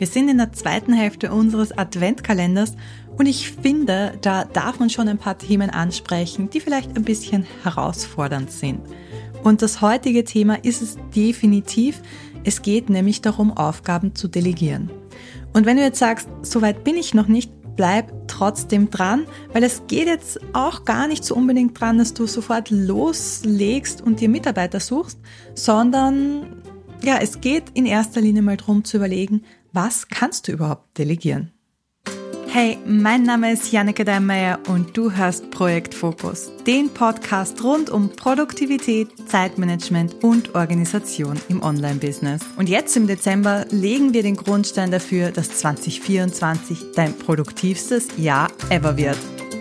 Wir sind in der zweiten Hälfte unseres Adventkalenders und ich finde, da darf man schon ein paar Themen ansprechen, die vielleicht ein bisschen herausfordernd sind. Und das heutige Thema ist es definitiv. Es geht nämlich darum, Aufgaben zu delegieren. Und wenn du jetzt sagst, so weit bin ich noch nicht, bleib trotzdem dran, weil es geht jetzt auch gar nicht so unbedingt dran, dass du sofort loslegst und dir Mitarbeiter suchst, sondern ja, es geht in erster Linie mal darum zu überlegen, was kannst du überhaupt delegieren? Hey, mein Name ist Janneke Deinmeier und du hörst Projekt Fokus, den Podcast rund um Produktivität, Zeitmanagement und Organisation im Online-Business. Und jetzt im Dezember legen wir den Grundstein dafür, dass 2024 dein produktivstes Jahr ever wird.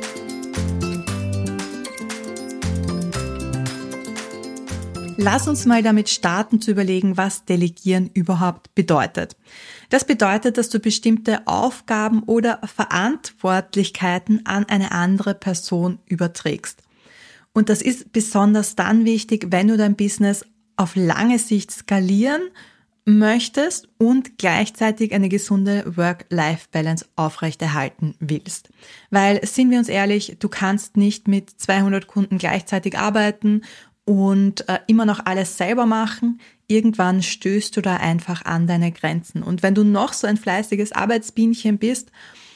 Lass uns mal damit starten zu überlegen, was Delegieren überhaupt bedeutet. Das bedeutet, dass du bestimmte Aufgaben oder Verantwortlichkeiten an eine andere Person überträgst. Und das ist besonders dann wichtig, wenn du dein Business auf lange Sicht skalieren möchtest und gleichzeitig eine gesunde Work-Life-Balance aufrechterhalten willst. Weil, sind wir uns ehrlich, du kannst nicht mit 200 Kunden gleichzeitig arbeiten und immer noch alles selber machen. Irgendwann stößt du da einfach an deine Grenzen. Und wenn du noch so ein fleißiges Arbeitsbienchen bist,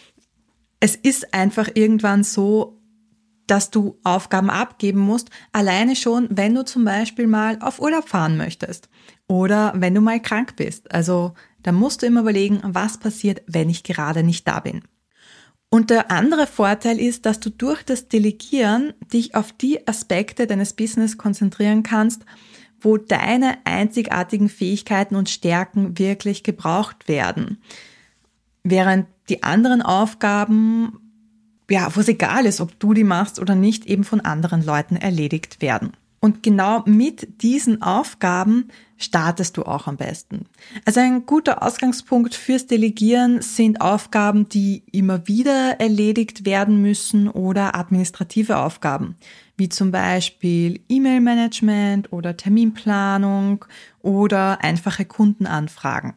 es ist einfach irgendwann so, dass du Aufgaben abgeben musst, alleine schon, wenn du zum Beispiel mal auf Urlaub fahren möchtest oder wenn du mal krank bist. Also da musst du immer überlegen, was passiert, wenn ich gerade nicht da bin. Und der andere Vorteil ist, dass du durch das Delegieren dich auf die Aspekte deines Business konzentrieren kannst, wo deine einzigartigen Fähigkeiten und Stärken wirklich gebraucht werden. Während die anderen Aufgaben, ja, wo es egal ist, ob du die machst oder nicht, eben von anderen Leuten erledigt werden. Und genau mit diesen Aufgaben startest du auch am besten. Also ein guter Ausgangspunkt fürs Delegieren sind Aufgaben, die immer wieder erledigt werden müssen oder administrative Aufgaben, wie zum Beispiel E-Mail-Management oder Terminplanung oder einfache Kundenanfragen.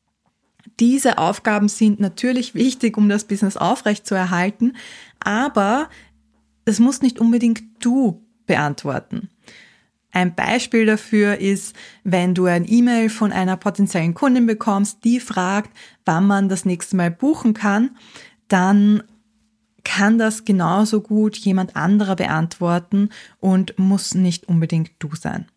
Diese Aufgaben sind natürlich wichtig, um das Business aufrechtzuerhalten, aber das muss nicht unbedingt du beantworten. Ein Beispiel dafür ist, wenn du ein E-Mail von einer potenziellen Kundin bekommst, die fragt, wann man das nächste Mal buchen kann, dann kann das genauso gut jemand anderer beantworten und muss nicht unbedingt du sein.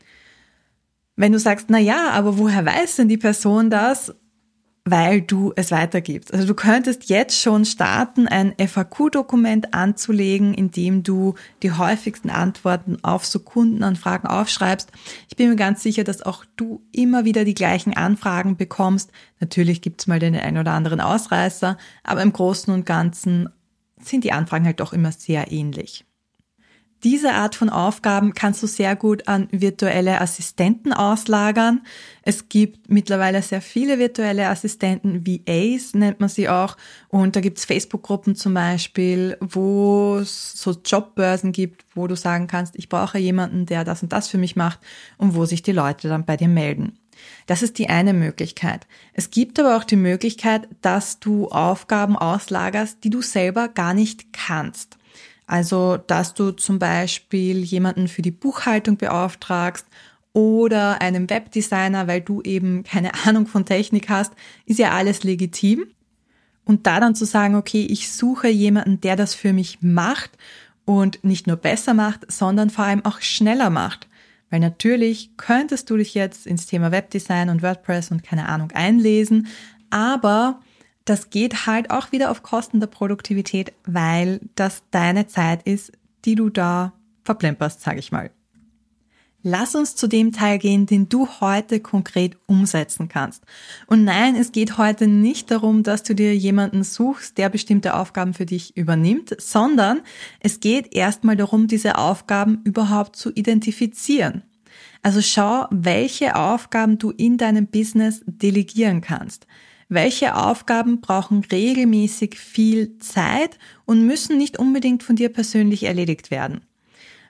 Wenn du sagst, na ja, aber woher weiß denn die Person das? Weil du es weitergibst. Also du könntest jetzt schon starten, ein FAQ-Dokument anzulegen, in dem du die häufigsten Antworten auf so Kundenanfragen aufschreibst. Ich bin mir ganz sicher, dass auch du immer wieder die gleichen Anfragen bekommst. Natürlich gibt's mal den einen oder anderen Ausreißer, aber im Großen und Ganzen sind die Anfragen halt doch immer sehr ähnlich. Diese Art von Aufgaben kannst du sehr gut an virtuelle Assistenten auslagern. Es gibt mittlerweile sehr viele virtuelle Assistenten, VAs nennt man sie auch. Und da gibt's Facebook-Gruppen zum Beispiel, wo es so Jobbörsen gibt, wo du sagen kannst, ich brauche jemanden, der das und das für mich macht und wo sich die Leute dann bei dir melden. Das ist die eine Möglichkeit. Es gibt aber auch die Möglichkeit, dass du Aufgaben auslagerst, die du selber gar nicht kannst. Also, dass du zum Beispiel jemanden für die Buchhaltung beauftragst oder einen Webdesigner, weil du eben keine Ahnung von Technik hast, ist ja alles legitim. Und da dann zu sagen, okay, ich suche jemanden, der das für mich macht und nicht nur besser macht, sondern vor allem auch schneller macht. Weil natürlich könntest du dich jetzt ins Thema Webdesign und WordPress und keine Ahnung einlesen, aber das geht halt auch wieder auf Kosten der Produktivität, weil das deine Zeit ist, die du da verplemperst, sage ich mal. Lass uns zu dem Teil gehen, den du heute konkret umsetzen kannst. Und nein, es geht heute nicht darum, dass du dir jemanden suchst, der bestimmte Aufgaben für dich übernimmt, sondern es geht erstmal darum, diese Aufgaben überhaupt zu identifizieren. Also schau, welche Aufgaben du in deinem Business delegieren kannst. Welche Aufgaben brauchen regelmäßig viel Zeit und müssen nicht unbedingt von dir persönlich erledigt werden?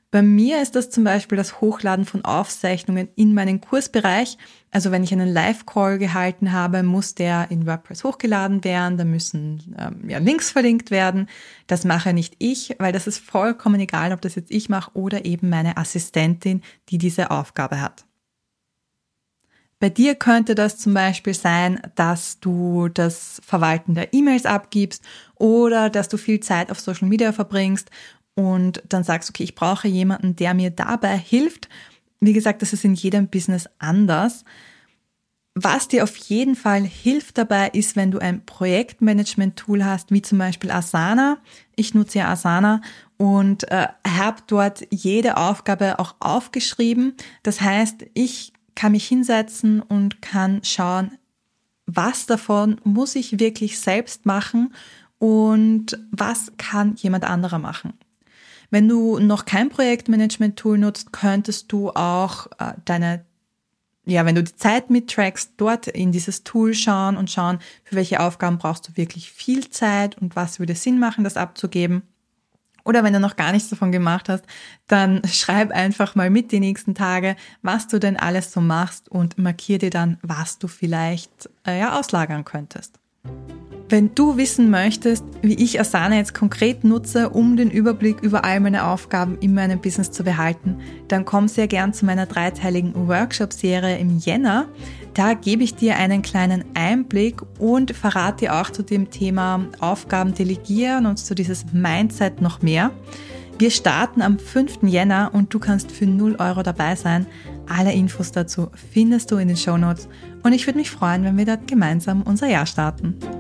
Bei mir ist das zum Beispiel das Hochladen von Aufzeichnungen in meinen Kursbereich. Also wenn ich einen Live-Call gehalten habe, muss der in WordPress hochgeladen werden, da müssen Links verlinkt werden. Das mache nicht ich, weil das ist vollkommen egal, ob das jetzt ich mache oder eben meine Assistentin, die diese Aufgabe hat. Bei dir könnte das zum Beispiel sein, dass du das Verwalten der E-Mails abgibst oder dass du viel Zeit auf Social Media verbringst und dann sagst, okay, ich brauche jemanden, der mir dabei hilft. Wie gesagt, das ist in jedem Business anders. Was dir auf jeden Fall hilft dabei, ist, wenn du ein Projektmanagement-Tool hast, wie zum Beispiel Asana. Ich nutze ja Asana und habe dort jede Aufgabe auch aufgeschrieben. Das heißt, ich kann mich hinsetzen und kann schauen, was davon muss ich wirklich selbst machen und was kann jemand anderer machen. Wenn du noch kein Projektmanagement-Tool nutzt, könntest du auch wenn du die Zeit mittrackst, dort in dieses Tool schauen und schauen, für welche Aufgaben brauchst du wirklich viel Zeit und was würde Sinn machen, das abzugeben. Oder wenn du noch gar nichts davon gemacht hast, dann schreib einfach mal mit die nächsten Tage, was du denn alles so machst und markier dir dann, was du vielleicht auslagern könntest. Wenn du wissen möchtest, wie ich Asana jetzt konkret nutze, um den Überblick über all meine Aufgaben in meinem Business zu behalten, dann komm sehr gern zu meiner 3-teiligen Workshop-Serie im Jänner. Da gebe ich dir einen kleinen Einblick und verrate dir auch zu dem Thema Aufgaben delegieren und zu dieses Mindset noch mehr. Wir starten am 5. Jänner und du kannst für 0 € dabei sein. Alle Infos dazu findest du in den Shownotes und ich würde mich freuen, wenn wir dort gemeinsam unser Jahr starten.